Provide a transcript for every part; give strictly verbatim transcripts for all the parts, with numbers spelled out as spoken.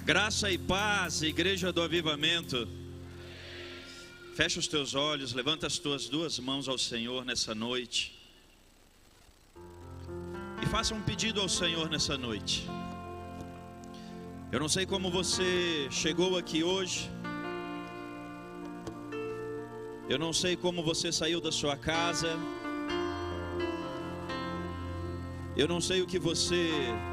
Graça e paz, Igreja do Avivamento. Fecha os teus olhos, levanta as tuas duas mãos ao Senhor nessa noite. E faça um pedido ao Senhor nessa noite. Eu não sei como você chegou aqui hoje. Eu não sei como você saiu da sua casa. Eu não sei o que você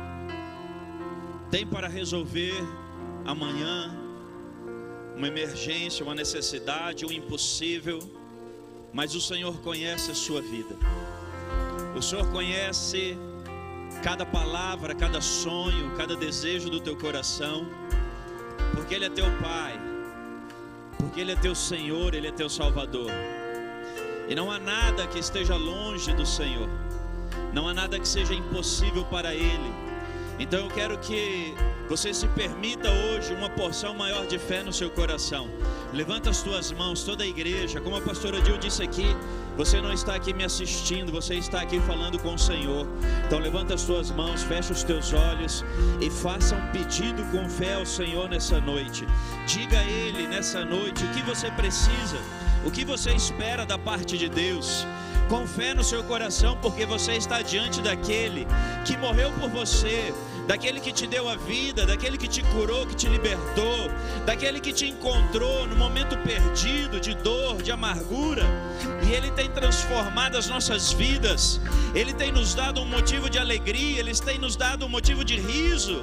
tem para resolver amanhã, uma emergência, uma necessidade, um impossível, mas o Senhor conhece a sua vida. O Senhor conhece cada palavra, cada sonho, cada desejo do teu coração, porque Ele é teu Pai, porque Ele é teu Senhor, Ele é teu Salvador. E não há nada que esteja longe do Senhor, não há nada que seja impossível para Ele. Então eu quero que você se permita hoje uma porção maior de fé no seu coração. Levanta as tuas mãos, toda a igreja. Como a pastora Dil disse aqui, você não está aqui me assistindo, você está aqui falando com o Senhor. Então levanta as tuas mãos, fecha os teus olhos e faça um pedido com fé ao Senhor nessa noite. Diga a Ele nessa noite o que você precisa, o que você espera da parte de Deus. Com fé no seu coração, porque você está diante daquele que morreu por você, daquele que te deu a vida, daquele que te curou, que te libertou, daquele que te encontrou no momento perdido, de dor, de amargura, e Ele tem transformado as nossas vidas, Ele tem nos dado um motivo de alegria, Ele tem nos dado um motivo de riso,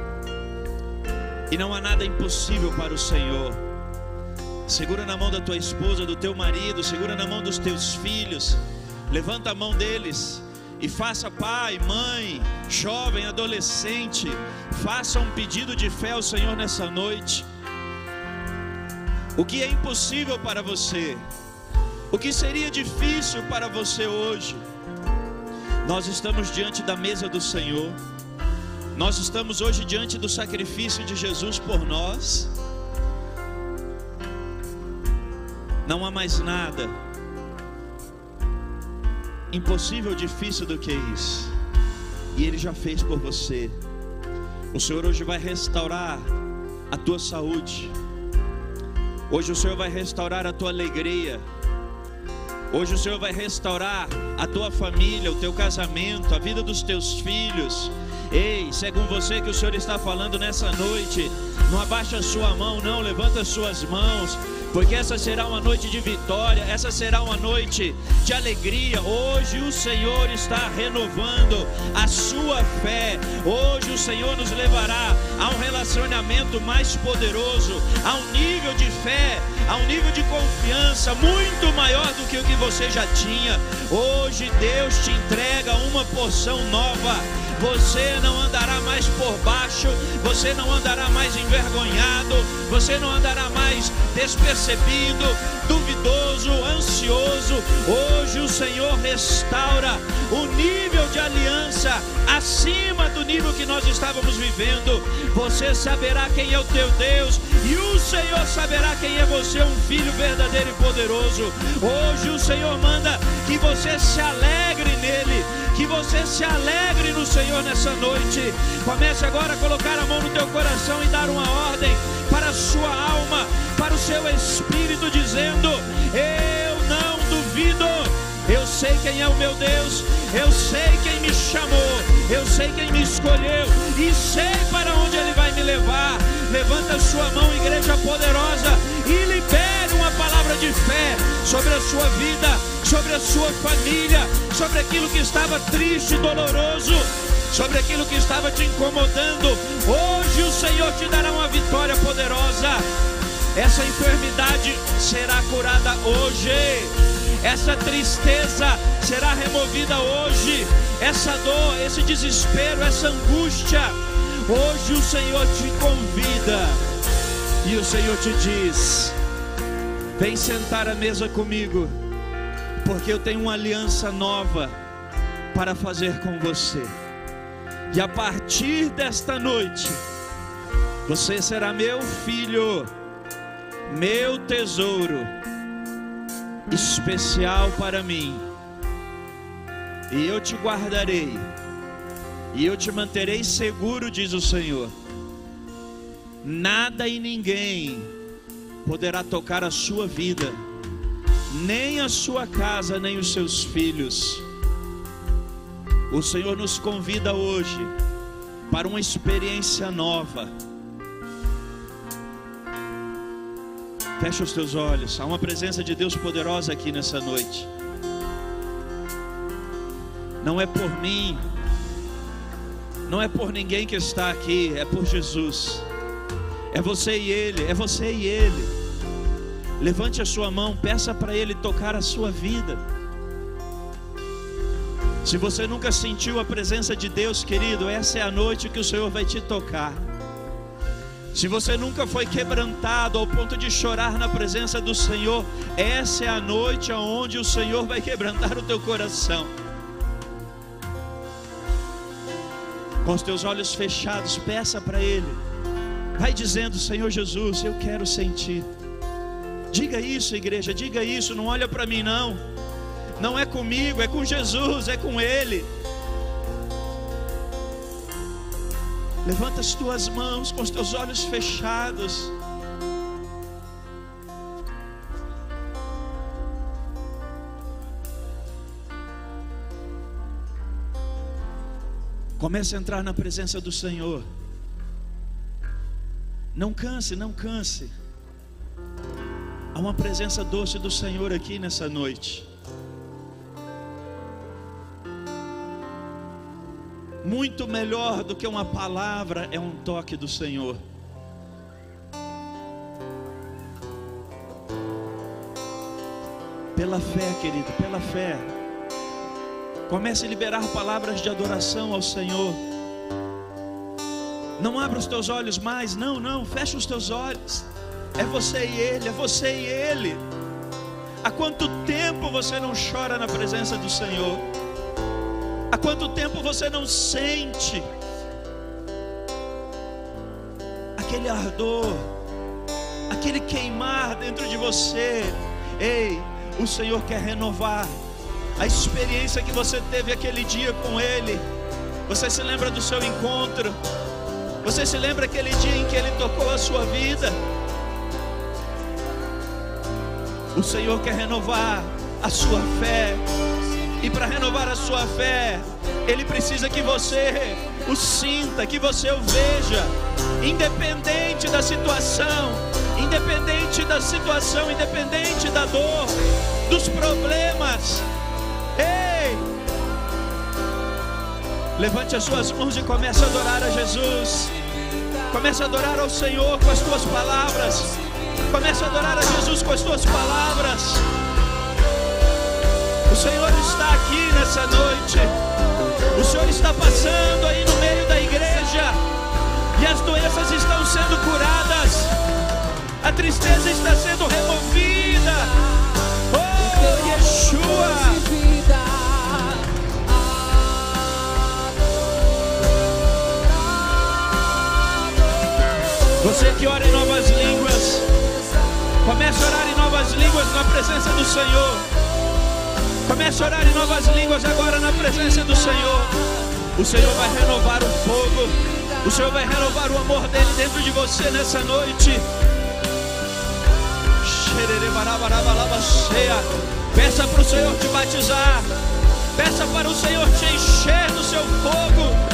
e não há nada impossível para o Senhor. Segura na mão da tua esposa, do teu marido, segura na mão dos teus filhos, levanta a mão deles e faça, pai, mãe, jovem, adolescente, faça um pedido de fé ao Senhor nessa noite. O que é impossível para você? O que seria difícil para você hoje? Nós estamos diante da mesa do Senhor, nós estamos hoje diante do sacrifício de Jesus por nós. Não há mais nada impossível, difícil do que isso. E Ele já fez por você. O Senhor hoje vai restaurar a tua saúde. Hoje o Senhor vai restaurar a tua alegria. Hoje o Senhor vai restaurar a tua família, o teu casamento, a vida dos teus filhos. Ei, se é com você que o Senhor está falando nessa noite, não abaixa a sua mão, não, levanta as suas mãos, porque essa será uma noite de vitória, essa será uma noite de alegria. Hoje o Senhor está renovando a sua fé. Hoje o Senhor nos levará a um relacionamento mais poderoso, a um nível de fé, a um nível de confiança muito maior do que o que você já tinha. Hoje Deus te entrega uma porção nova. Você não andará mais por baixo, você não andará mais envergonhado, você não andará mais despercebido, duvidoso, ansioso. Hoje o Senhor restaura o nível de aliança acima do nível que nós estávamos vivendo. Você saberá quem é o teu Deus e o Senhor saberá quem é você, um filho verdadeiro e poderoso. Hoje o Senhor manda que você se alegre nele, que você se alegre no Senhor nessa noite. Comece agora a colocar a mão no teu coração e dar uma ordem para a sua alma, para o seu espírito, dizendo: eu não duvido, eu sei quem é o meu Deus, eu sei quem me chamou, eu sei quem me escolheu e sei para onde Ele vai me levar. Levanta a sua mão, igreja poderosa, e libere uma palavra de fé sobre a sua vida, sobre a sua família, sobre aquilo que estava triste, doloroso, sobre aquilo que estava te incomodando. Hoje o Senhor te dará uma vitória poderosa. Essa enfermidade será curada hoje, essa tristeza será removida hoje, essa dor, esse desespero, essa angústia. Hoje o Senhor te convida e o Senhor te diz: vem sentar à mesa comigo, porque eu tenho uma aliança nova para fazer com você. E a partir desta noite, você será meu filho, meu tesouro, especial para mim. E eu te guardarei, e eu te manterei seguro, diz o Senhor. nada e ninguém poderá tocar a sua vida, nem a sua casa, nem os seus filhos. O Senhor nos convida hoje para uma experiência nova. Fecha os teus olhos. Há uma presença de Deus poderosa aqui nessa noite. Não é por mim, não é por ninguém que está aqui, é por Jesus. É você e Ele, é você e Ele. Levante a sua mão, peça para Ele tocar a sua vida. Se você nunca sentiu a presença de Deus, querido, essa é a noite que o Senhor vai te tocar. Se você nunca foi quebrantado ao ponto de chorar na presença do Senhor, essa é a noite onde o Senhor vai quebrantar o teu coração. Com os teus olhos fechados, peça para Ele. Vai dizendo: Senhor Jesus, eu quero sentir. Diga isso, igreja, diga isso. Não olha para mim não. Não é comigo, é com Jesus, é com Ele. Levanta as tuas mãos com os teus olhos fechados. Comece a entrar na presença do Senhor. Não canse, não canse. Há uma presença doce do Senhor aqui nessa noite. Muito melhor do que uma palavra é um toque do Senhor. Pela fé, querido, pela fé. Comece a liberar palavras de adoração ao Senhor. Não abra os teus olhos mais, não, não, fecha os teus olhos. É você e Ele, é você e Ele. Há quanto tempo você não chora na presença do Senhor? Há quanto tempo você não sente aquele ardor, aquele queimar dentro de você? Ei, o Senhor quer renovar a experiência que você teve aquele dia com Ele. Você se lembra do seu encontro? Você se lembra aquele dia em que Ele tocou a sua vida? O Senhor quer renovar a sua fé. E para renovar a sua fé, Ele precisa que você o sinta, que você o veja, independente da situação, independente da situação, independente da dor, dos problemas. Ei! Levante as suas mãos e comece a adorar a Jesus. Comece a adorar ao Senhor com as tuas palavras. Comece a adorar a Jesus com as tuas palavras. O Senhor está aqui nessa noite. O Senhor está passando aí no meio da igreja. E as doenças estão sendo curadas. A tristeza está sendo removida. Oh, Yeshua! Você que ora em novas línguas, comece a orar em novas línguas na presença do Senhor. Comece a orar em novas línguas agora na presença do Senhor. O Senhor vai renovar o fogo. O Senhor vai renovar o amor dele dentro de você nessa noite. Peça para o Senhor te batizar. Peça para o Senhor te encher do seu fogo.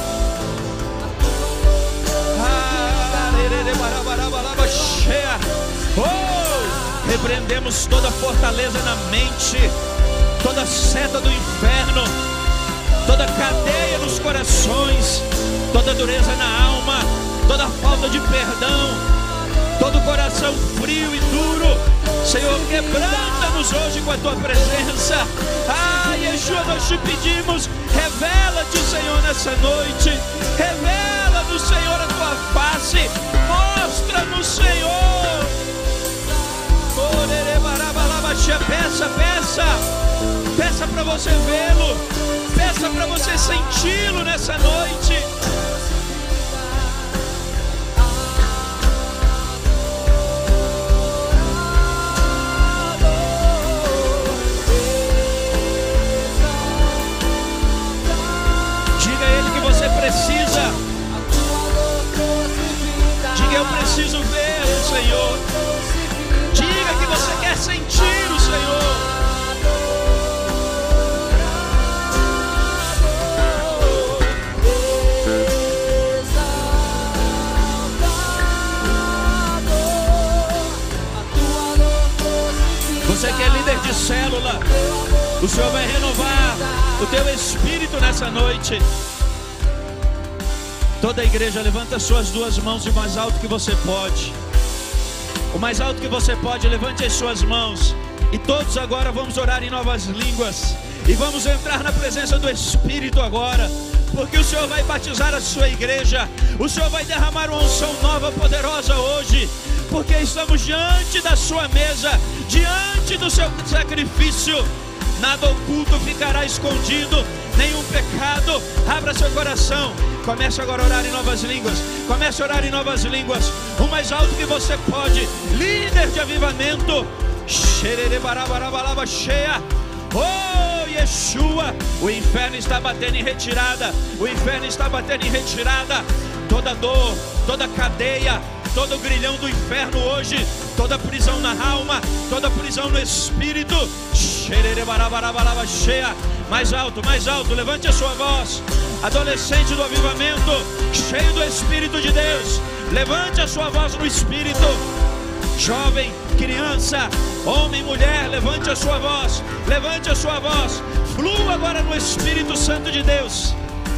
Oh, repreendemos toda fortaleza na mente, toda seta do inferno, toda cadeia nos corações, toda dureza na alma, toda falta de perdão, todo coração frio e duro. Senhor, quebranta-nos hoje com a tua presença. Ah, Yeshua, nós te pedimos, revela-te, Senhor, nessa noite. Revela-nos, Senhor, a tua face. Mostra-nos, Senhor. Peça, peça. Peça para você vê-lo. Peça para você senti-lo nessa noite. Diga a Ele que você precisa. Diga: eu preciso preciso ver o Senhor. Diga que você quer sentir o Senhor. Você que é líder de célula, o Senhor vai renovar o teu espírito nessa noite. Toda a igreja levanta suas duas mãos o mais alto que você pode. O mais alto que você pode, levante as suas mãos. E todos agora vamos orar em novas línguas. E vamos entrar na presença do Espírito agora. Porque o Senhor vai batizar a sua igreja. O Senhor vai derramar uma unção nova, poderosa hoje. Porque estamos diante da sua mesa, diante do seu sacrifício. Nada oculto ficará escondido, nenhum pecado. Abra seu coração. Comece agora a orar em novas línguas. Comece a orar em novas línguas. O mais alto que você pode. Líder de avivamento. Oh, Yeshua. O inferno está batendo em retirada. O inferno está batendo em retirada. Toda dor, toda cadeia, todo grilhão do inferno hoje, toda prisão na alma, toda prisão no espírito. Mais alto, mais alto, levante a sua voz. Adolescente do avivamento, cheio do Espírito de Deus, levante a sua voz no Espírito. Jovem, criança, homem, mulher, levante a sua voz. Levante a sua voz. Flua agora no Espírito Santo de Deus.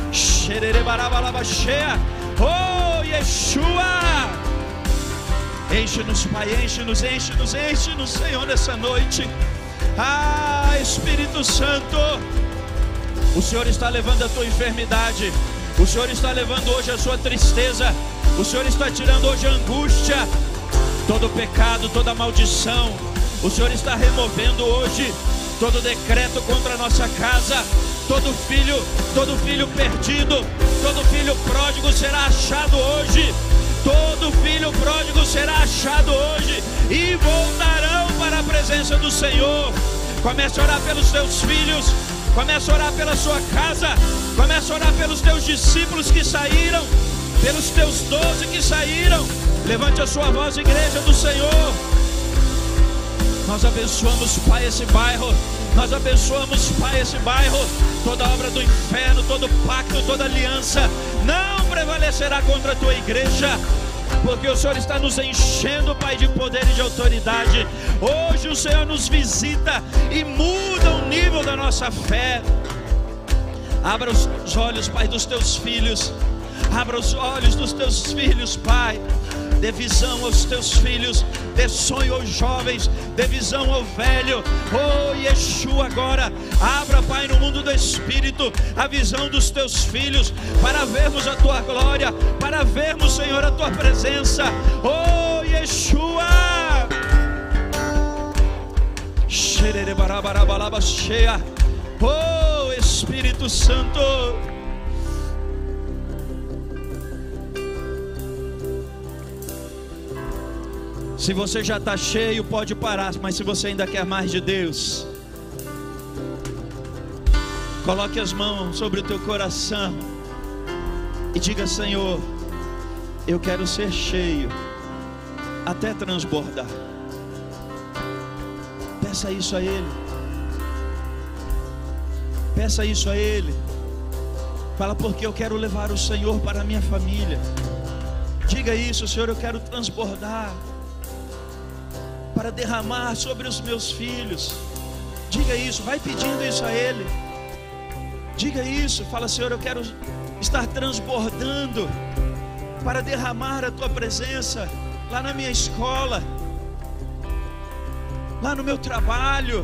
Oh, Yeshua. Enche-nos, Pai, enche-nos, enche-nos, enche-nos, Senhor, nessa noite. Ah, Espírito Santo, o Senhor está levando a tua enfermidade. O Senhor está levando hoje a sua tristeza. O Senhor está tirando hoje a angústia, todo pecado, toda maldição. O Senhor está removendo hoje todo decreto contra a nossa casa. Todo filho, todo filho perdido, todo filho pródigo será achado hoje. Todo filho pródigo será achado hoje e voltarão para a presença do Senhor. Comece a orar pelos teus filhos. Comece a orar pela sua casa. Comece a orar pelos teus discípulos que saíram, pelos teus doze que saíram. Levante a sua voz, igreja do Senhor. Nós abençoamos, Pai, esse bairro. Nós abençoamos, Pai, esse bairro. Toda obra do inferno, todo pacto, toda aliança não prevalecerá contra a tua igreja, porque o Senhor está nos enchendo, Pai, de poder e de autoridade. Hoje o Senhor nos visita e muda o nível da nossa fé. Abra os olhos, Pai, dos teus filhos. Abra os olhos dos teus filhos, Pai. Dê visão aos teus filhos, dê sonho aos jovens, dê visão ao velho. Oh, Yeshua, agora abra, Pai, no mundo do Espírito a visão dos teus filhos, para vermos a tua glória, para vermos, Senhor, a tua presença. Oh, Yeshua. Oh, Espírito Santo. Se você já está cheio, pode parar. Mas se você ainda quer mais de Deus, coloque as mãos sobre o teu coração e diga: Senhor, eu quero ser cheio até transbordar. Peça isso a Ele. Peça isso a Ele. Fala: porque eu quero levar o Senhor para a minha família. Diga isso: Senhor, eu quero transbordar para derramar sobre os meus filhos. Diga isso, vai pedindo isso a Ele. Diga isso, fala: Senhor, eu quero estar transbordando para derramar a tua presença lá na minha escola, lá no meu trabalho.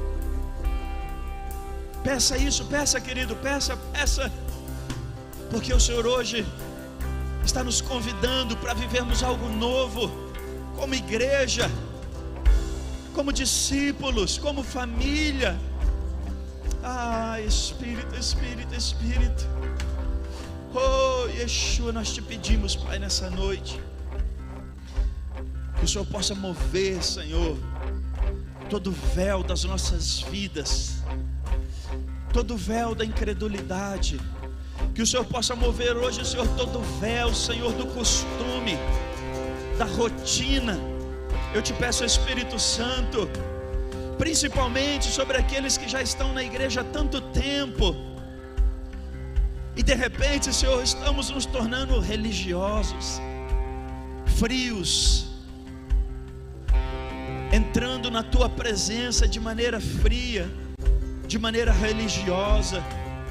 Peça isso, peça, querido, peça, peça, porque o Senhor hoje está nos convidando para vivermos algo novo, como igreja, como discípulos, como família. Ah, Espírito, Espírito, Espírito. Oh, Yeshua, nós te pedimos, Pai, nessa noite, que o Senhor possa mover, Senhor, todo o véu das nossas vidas, todo o véu da incredulidade. Que o Senhor possa mover hoje, Senhor, todo o véu, Senhor, do costume. da rotina. Eu te peço, Espírito Santo, principalmente sobre aqueles que já estão na igreja há tanto tempo, e de repente, Senhor, estamos nos tornando religiosos, frios, entrando na Tua presença de maneira fria, de maneira religiosa.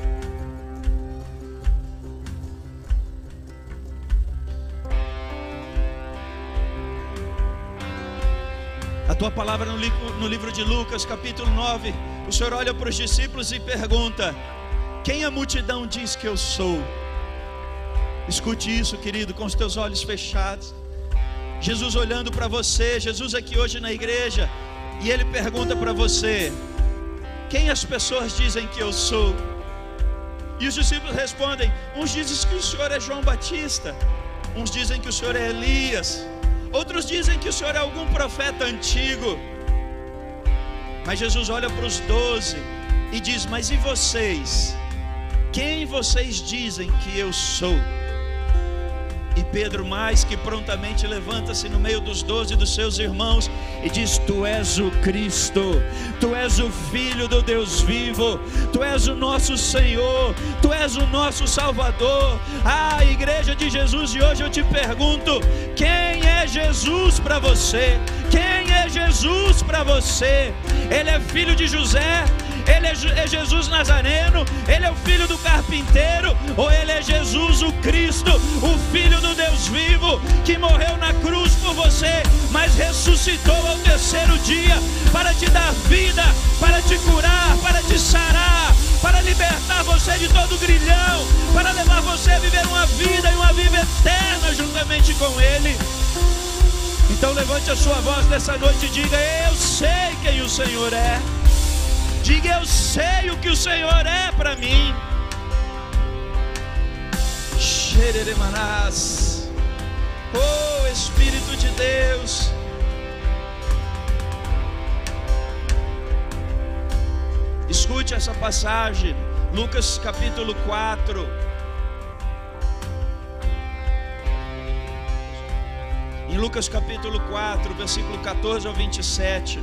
A Tua palavra no livro, no livro de Lucas, capítulo nove, o Senhor olha para os discípulos e pergunta: quem a multidão diz que eu sou? Escute isso, querido, com os teus olhos fechados. Jesus olhando para você, Jesus aqui hoje na igreja, e Ele pergunta para você: quem as pessoas dizem que eu sou? E os discípulos respondem: uns dizem que o Senhor é João Batista, uns dizem que o Senhor é Elias, outros dizem que o Senhor é algum profeta antigo. Mas Jesus olha para os doze e diz: mas e vocês? Quem vocês dizem que eu sou? E Pedro, mais que prontamente, levanta-se no meio dos doze dos seus irmãos e diz: Tu és o Cristo, Tu és o Filho do Deus vivo, Tu és o nosso Senhor, Tu és o nosso Salvador. Ah, igreja de Jesus de hoje, eu te pergunto: quem é Jesus para você? Quem é Jesus para você? Ele é filho de José? Ele é Jesus Nazareno? Ele é o filho do carpinteiro? Ou ele é Jesus o Cristo, o Filho do Deus vivo, que morreu na cruz por você, mas ressuscitou ao terceiro dia para te dar vida, para te curar, para te sarar, para libertar você de todo grilhão, para levar você a viver uma vida e uma vida eterna juntamente com Ele? Então levante a sua voz nessa noite e diga: eu sei quem o Senhor é. Diga: eu sei o que o Senhor é para mim. Xereremanás. Oh, Espírito de Deus. Escute essa passagem, Lucas capítulo quatro. Em Lucas capítulo quatro, versículo quatorze ao vinte e sete.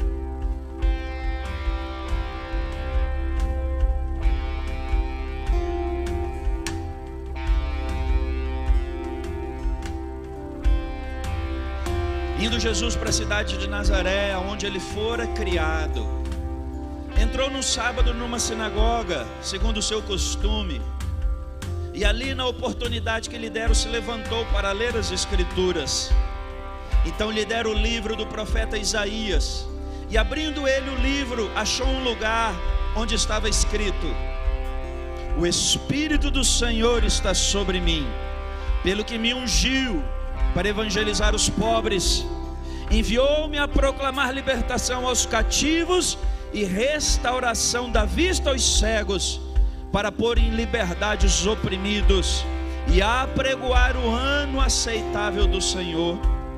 Indo Jesus para a cidade de Nazaré, onde ele fora criado, entrou no sábado numa sinagoga, segundo o seu costume, e ali, na oportunidade que lhe deram, se levantou para ler as Escrituras. Então lhe deram o livro do profeta Isaías, e abrindo ele o livro, achou um lugar onde estava escrito: o Espírito do Senhor está sobre mim, pelo que me ungiu para evangelizar os pobres, enviou-me a proclamar libertação aos cativos e restauração da vista aos cegos, para pôr em liberdade os oprimidos e apregoar o ano aceitável do Senhor.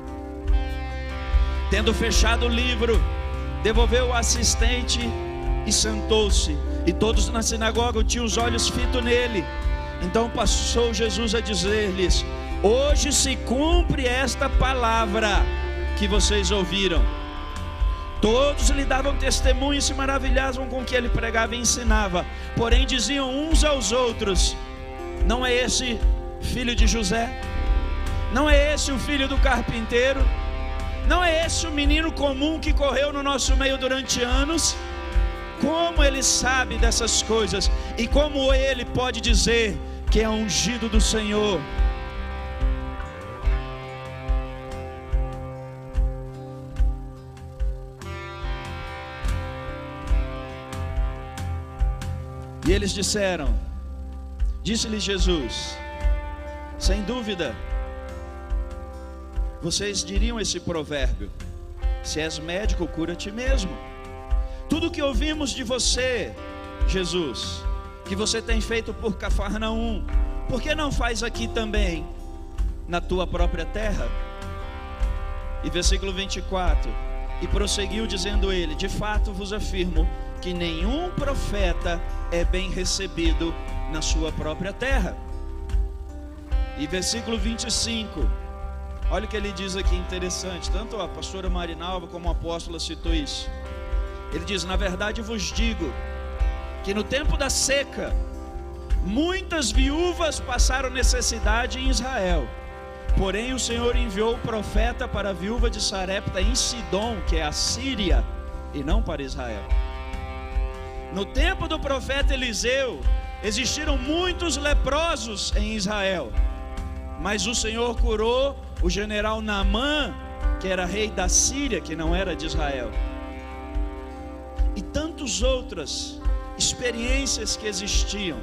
Tendo fechado o livro, devolveu o assistente e sentou-se, e todos na sinagoga tinham os olhos fitos nele. Então passou Jesus a dizer-lhes: hoje se cumpre esta palavra que vocês ouviram. Todos lhe davam testemunho e se maravilhavam com o que ele pregava e ensinava. Porém diziam uns aos outros: não é esse filho de José? Não é esse o filho do carpinteiro? Não é esse o menino comum que correu no nosso meio durante anos? Como ele sabe dessas coisas? E como ele pode dizer que é ungido do Senhor? E eles disseram, disse-lhes Jesus: sem dúvida, vocês diriam esse provérbio: se és médico, cura a ti mesmo. Tudo que ouvimos de você, Jesus, que você tem feito por Cafarnaum, por que não faz aqui também, na tua própria terra? E versículo vinte e quatro, e prosseguiu dizendo ele: de fato vos afirmo que nenhum profeta é bem recebido na sua própria terra. E versículo vinte e cinco, Olha o que ele diz aqui interessante. Tanto a pastora Marinalva como o apóstolo citou isso. Ele diz: na verdade vos digo que no tempo da seca muitas viúvas passaram necessidade em Israel. Porém o Senhor enviou o profeta para a viúva de Sarepta em Sidom, que é a Síria, e não para Israel. No tempo do profeta Eliseu existiram muitos leprosos em Israel, mas o Senhor curou o general Naamã, que era rei da Síria, que não era de Israel. E tantas outras experiências que existiam,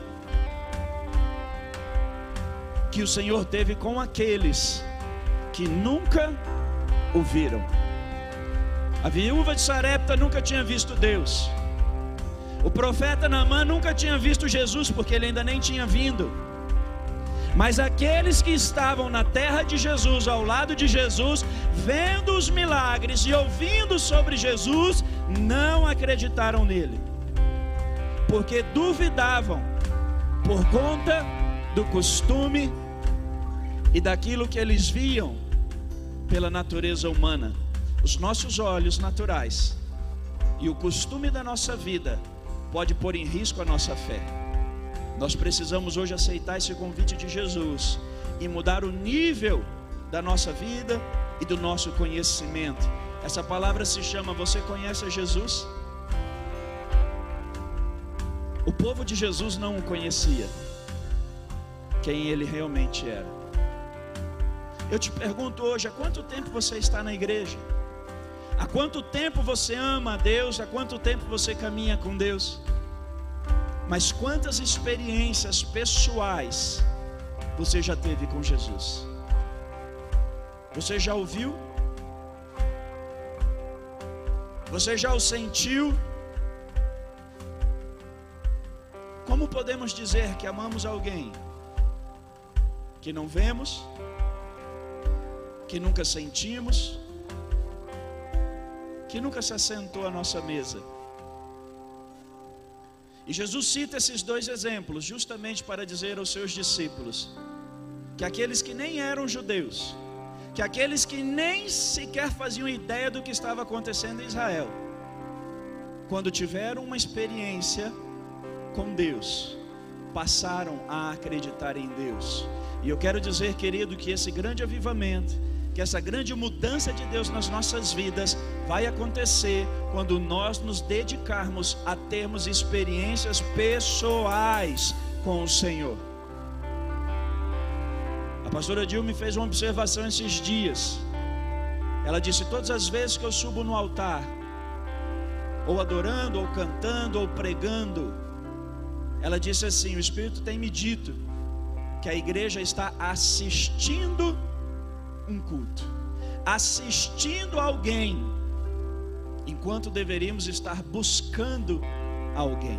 que o Senhor teve com aqueles que nunca o viram. A viúva de Sarepta nunca tinha visto Deus. O profeta Naamã nunca tinha visto Jesus, porque ele ainda nem tinha vindo. Mas aqueles que estavam na terra de Jesus, ao lado de Jesus, vendo os milagres e ouvindo sobre Jesus, não acreditaram nele, porque duvidavam por conta do costume e daquilo que eles viam pela natureza humana. Os nossos olhos naturais e o costume da nossa vida pode pôr em risco a nossa fé. Nós precisamos hoje aceitar esse convite de Jesus e mudar o nível da nossa vida e do nosso conhecimento. Essa palavra se chama: você conhece a Jesus? O povo de Jesus não o conhecia, quem ele realmente era. Eu te pergunto hoje: há quanto tempo você está na igreja? Há quanto tempo você ama a Deus? Há quanto tempo você caminha com Deus? Mas quantas experiências pessoais você já teve com Jesus? Você já ouviu? Você já o sentiu? Como podemos dizer que amamos alguém que não vemos, que nunca sentimos, que nunca se assentou à nossa mesa? E Jesus cita esses dois exemplos justamente para dizer aos seus discípulos que aqueles que nem eram judeus, que aqueles que nem sequer faziam ideia do que estava acontecendo em Israel, quando tiveram uma experiência com Deus, passaram a acreditar em Deus. E eu quero dizer, querido, que esse grande avivamento, que essa grande mudança de Deus nas nossas vidas vai acontecer quando nós nos dedicarmos a termos experiências pessoais com o Senhor. A pastora Dilma fez uma observação esses dias. Ela disse: todas as vezes que eu subo no altar, ou adorando, ou cantando, ou pregando, ela disse assim: o Espírito tem me dito que a igreja está assistindo um culto, assistindo alguém, enquanto deveríamos estar buscando alguém.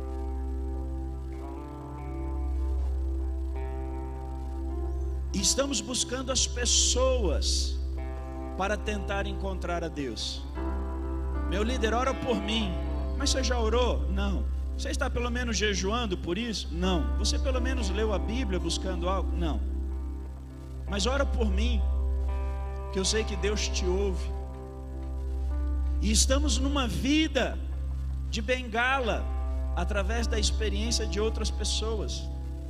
E estamos buscando as pessoas para tentar encontrar a Deus. Meu líder, ora por mim. Mas você já orou? Não. Você está pelo menos jejuando por isso? Não. Você pelo menos leu a Bíblia buscando algo? Não. Mas ora por mim, que eu sei que Deus te ouve. E estamos numa vida de bengala, através da experiência de outras pessoas.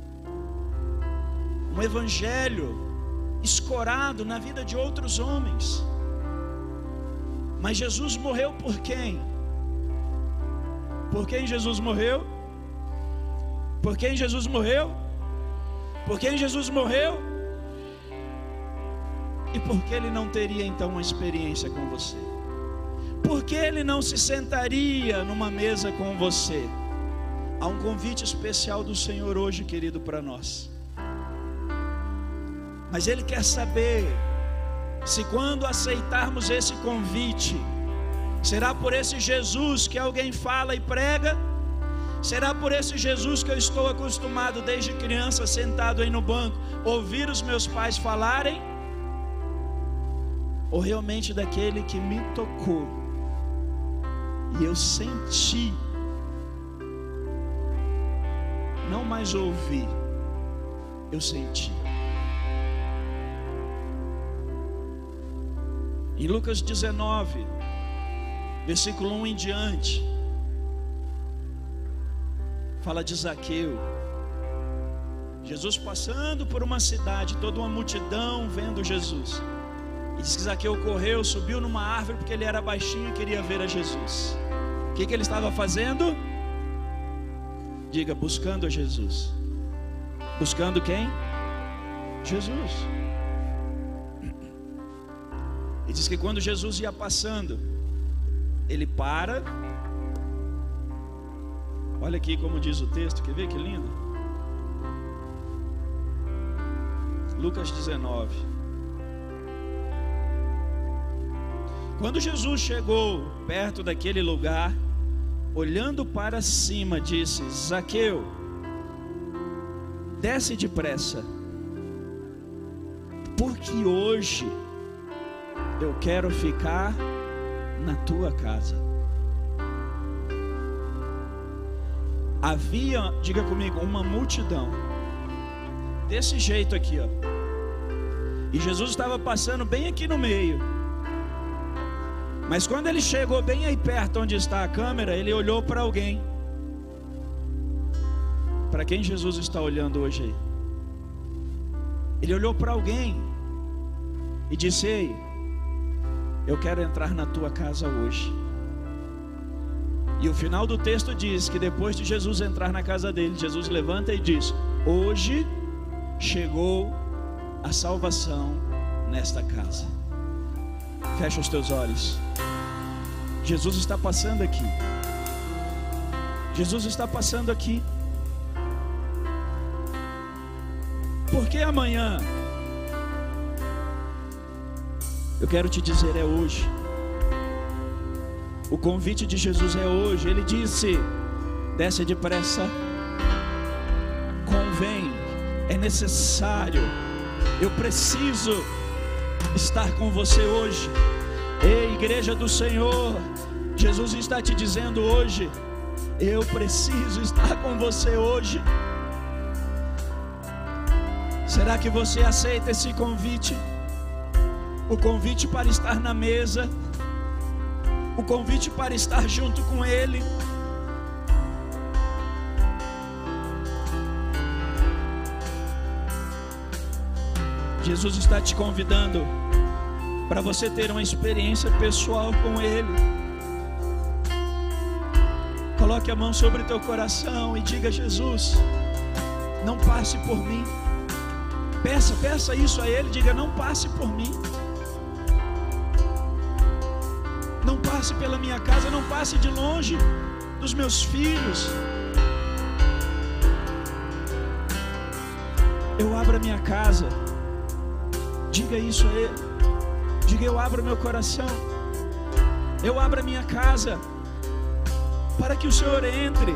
Um evangelho escorado na vida de outros homens. Mas Jesus morreu por quem? Por quem Jesus morreu? Por quem Jesus morreu? Por quem Jesus morreu? E por que ele não teria então uma experiência com você? Por que ele não se sentaria numa mesa com você? Há um convite especial do Senhor hoje, querido, para nós. Mas ele quer saber se quando aceitarmos esse convite, será por esse Jesus que alguém fala e prega? Será por esse Jesus que eu estou acostumado desde criança, sentado aí no banco, ouvir os meus pais falarem? Ou realmente daquele que me tocou e eu senti, não mais ouvi, eu senti. Em Lucas dezenove, versículo um em diante, fala de Zaqueu. Jesus passando por uma cidade, toda uma multidão vendo Jesus. E diz que Zaqueu correu, subiu numa árvore porque ele era baixinho e queria ver a Jesus. O que, que ele estava fazendo? Diga, buscando a Jesus. Buscando quem? Jesus. E diz que quando Jesus ia passando, ele para. Olha aqui como diz o texto, quer ver que lindo? Lucas dezenove. Quando Jesus chegou perto daquele lugar, olhando para cima, disse: Zaqueu, desce depressa, porque hoje eu quero ficar na tua casa. Havia, diga comigo, uma multidão desse jeito aqui, ó. E Jesus estava passando bem aqui no meio. Mas quando ele chegou bem aí perto onde está a câmera, ele olhou para alguém. Para quem Jesus está olhando hoje aí? Ele olhou para alguém e disse: ei, eu quero entrar na tua casa hoje. E o final do texto diz que depois de Jesus entrar na casa dele, Jesus levanta e diz: hoje chegou a salvação nesta casa. Fecha os teus olhos. Jesus está passando aqui. Jesus está passando aqui. Porque amanhã, eu quero te dizer, é hoje. O convite de Jesus é hoje. Ele disse: desce depressa, convém, é necessário, eu preciso estar com você hoje. Ei, igreja do Senhor, Jesus está te dizendo hoje: eu preciso estar com você hoje. Será que você aceita esse convite? O convite para estar na mesa, o convite para estar junto com Ele. Jesus está te convidando para você ter uma experiência pessoal com Ele. Coloque a mão sobre o teu coração e diga: Jesus, não passe por mim. Peça, peça isso a Ele, diga: não passe por mim. Não passe pela minha casa, não passe de longe dos meus filhos. Eu abro a minha casa. Diga isso a Ele. Diga: eu abro meu coração, eu abro a minha casa, para que o Senhor entre.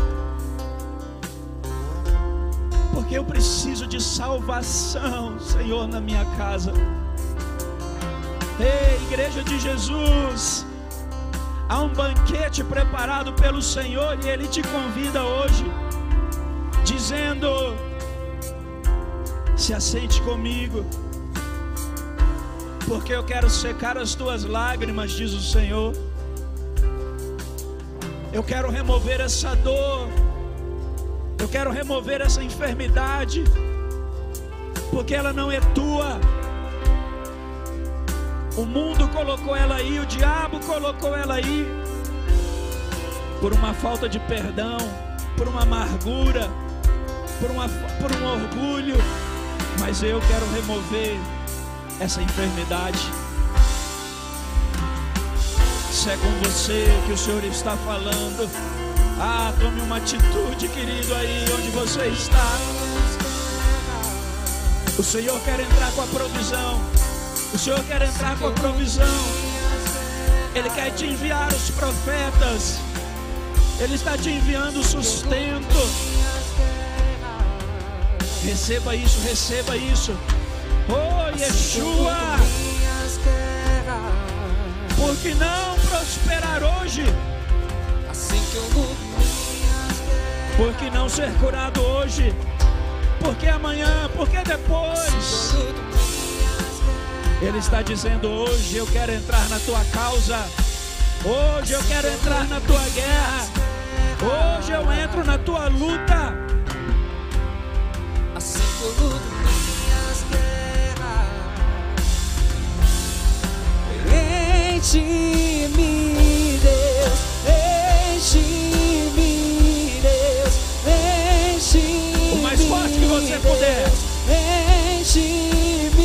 Porque eu preciso de salvação, Senhor, na minha casa. Ei, igreja de Jesus, há um banquete preparado pelo Senhor e Ele te convida hoje, dizendo: se assente comigo, porque eu quero secar as tuas lágrimas, diz o Senhor. Eu quero remover essa dor, eu quero remover essa enfermidade, porque ela não é tua. O mundo colocou ela aí, o diabo colocou ela aí, por uma falta de perdão, por uma amargura, por, uma, por um orgulho. Mas eu quero remover essa enfermidade. Se é com você que o Senhor está falando, ah, tome uma atitude, querido, aí onde você está. O Senhor quer entrar com a provisão. O Senhor quer entrar com a provisão. Ele quer te enviar os profetas. Ele está te enviando sustento. Receba isso, receba isso. Oh, Yeshua. Por que não prosperar hoje? Por que não ser curado hoje? Por que amanhã? Por que depois? Ele está dizendo: hoje eu quero entrar na tua causa, hoje eu quero entrar na tua guerra, hoje eu entro na tua luta. Assim que eu luto minhas guerras, enche-me, Deus, enche-me, Deus, enche-me. O mais forte que você puder. Enche-me,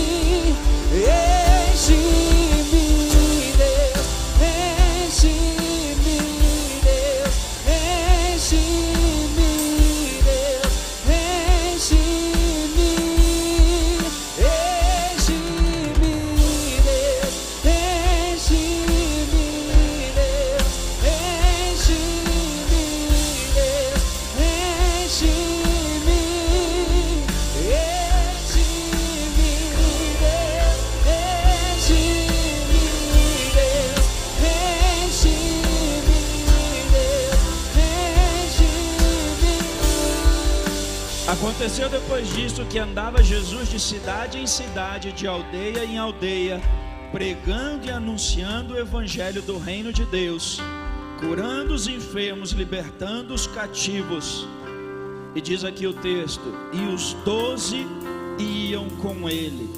enche-me, Deus, enche-me, Deus, enche-me, Deus, enche-me, enche-me, Deus, enche-me, Deus, enche-me, Deus, enche-me. Aconteceu depois disso que andava Jesus de cidade em cidade, de aldeia em aldeia, pregando e anunciando o evangelho do reino de Deus, curando os enfermos, libertando os cativos. E diz aqui o texto: e os doze iam com ele.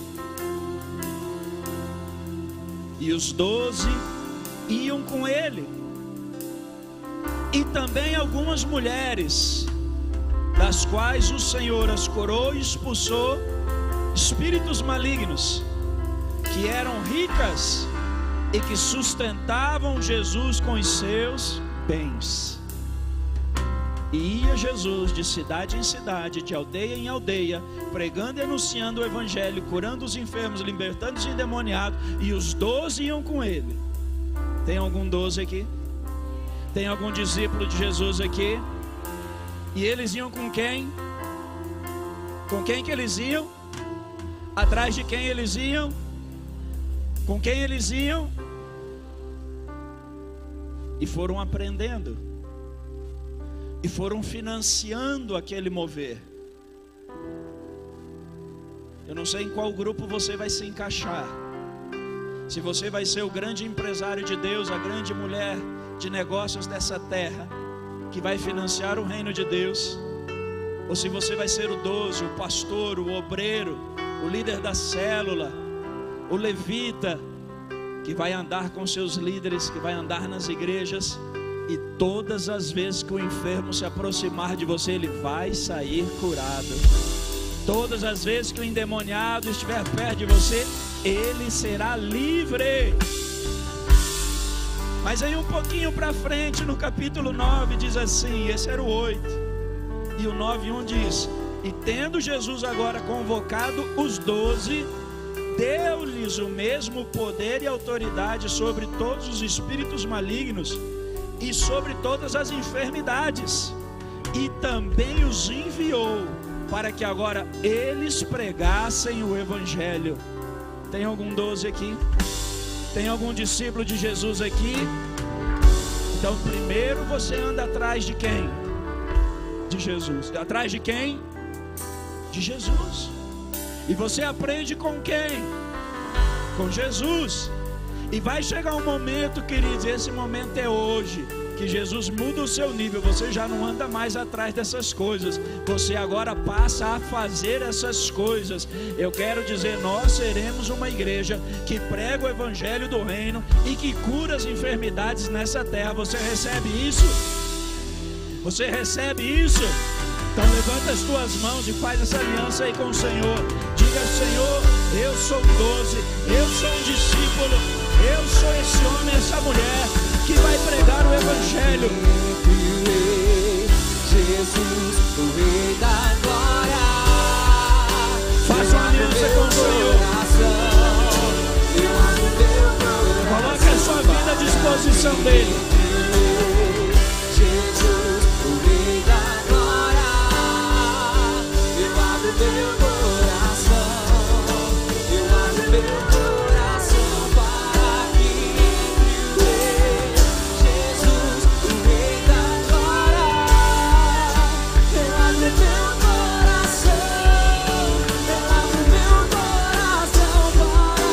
E os doze iam com ele. E também algumas mulheres, das quais o Senhor as curou e expulsou espíritos malignos, que eram ricas e que sustentavam Jesus com os seus bens. E ia Jesus de cidade em cidade, de aldeia em aldeia, pregando e anunciando o evangelho, curando os enfermos, libertando os endemoniados, e os doze iam com ele. Tem algum doze aqui? Tem algum discípulo de Jesus aqui? E eles iam com quem? Com quem que eles iam? Atrás de quem eles iam? Com quem eles iam? E foram aprendendo, e foram financiando aquele mover. Eu não sei em qual grupo você vai se encaixar. Se você vai ser o grande empresário de Deus, a grande mulher de negócios dessa terra, que vai financiar o reino de Deus, ou se você vai ser o doze, o pastor, o obreiro, o líder da célula, o levita, que vai andar com seus líderes, que vai andar nas igrejas, e todas as vezes que o enfermo se aproximar de você, ele vai sair curado. Todas as vezes que o endemoniado estiver perto de você, ele será livre. Mas aí um pouquinho para frente, no capítulo nove, diz assim, esse era o oito, e o nove, um diz: e tendo Jesus agora convocado os doze, deu-lhes o mesmo poder e autoridade sobre todos os espíritos malignos e sobre todas as enfermidades, e também os enviou para que agora eles pregassem o evangelho. Tem algum doze aqui? Tem algum discípulo de Jesus aqui? Então primeiro você anda atrás de quem? De Jesus. Atrás de quem? De Jesus. E você aprende com quem? Com Jesus. E vai chegar um momento, queridos, esse momento é hoje, que Jesus muda o seu nível. Você já não anda mais atrás dessas coisas, você agora passa a fazer essas coisas. Eu quero dizer, nós seremos uma igreja que prega o evangelho do reino e que cura as enfermidades nessa terra. Você recebe isso? Você recebe isso? Então levanta as tuas mãos e faz essa aliança aí com o Senhor. Diga: Senhor, eu sou um doze, eu sou um discípulo, eu sou esse homem, essa mulher que vai pregar o evangelho. Jesus, o Rei da Glória, faça uma aliança com o Senhor. Coloque a sua vida à disposição dele. Jesus, o Rei da Glória, eu abro meu coração, eu abro meu coração para que Jesus, o Rei da Glória, eu abro meu coração, eu abro meu coração para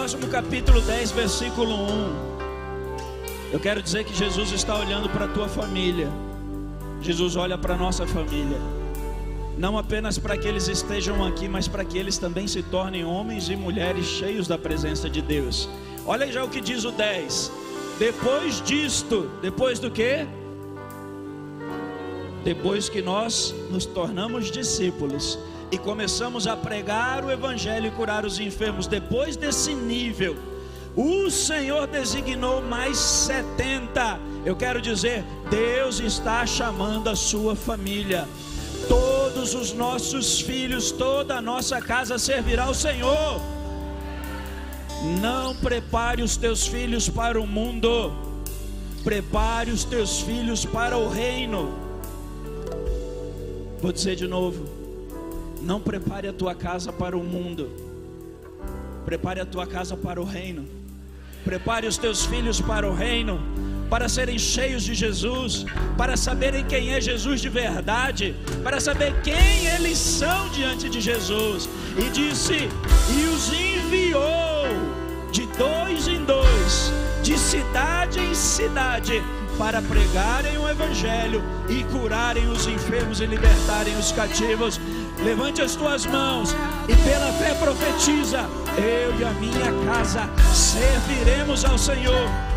próximo capítulo dez, versículo um, eu quero dizer que Jesus está olhando para a tua família. Jesus olha para a nossa família, não apenas para que eles estejam aqui, mas para que eles também se tornem homens e mulheres cheios da presença de Deus. Olha já o que diz o dez. Depois disto, depois do quê? Depois que nós nos tornamos discípulos e começamos a pregar o evangelho e curar os enfermos, depois desse nível, o Senhor designou mais setenta. Eu quero dizer, Deus está chamando a sua família. Todos os nossos filhos, toda a nossa casa servirá ao Senhor. Não prepare os teus filhos para o mundo, prepare os teus filhos para o reino. Vou dizer de novo, não prepare a tua casa para o mundo, prepare a tua casa para o reino. Prepare os teus filhos para o reino, para serem cheios de Jesus, para saberem quem é Jesus de verdade, para saber quem eles são diante de Jesus. E disse, e os enviou de dois em dois, de cidade em cidade, para pregarem o evangelho e curarem os enfermos e libertarem os cativos. Levante as tuas mãos e pela fé profetiza: eu e a minha casa serviremos ao Senhor.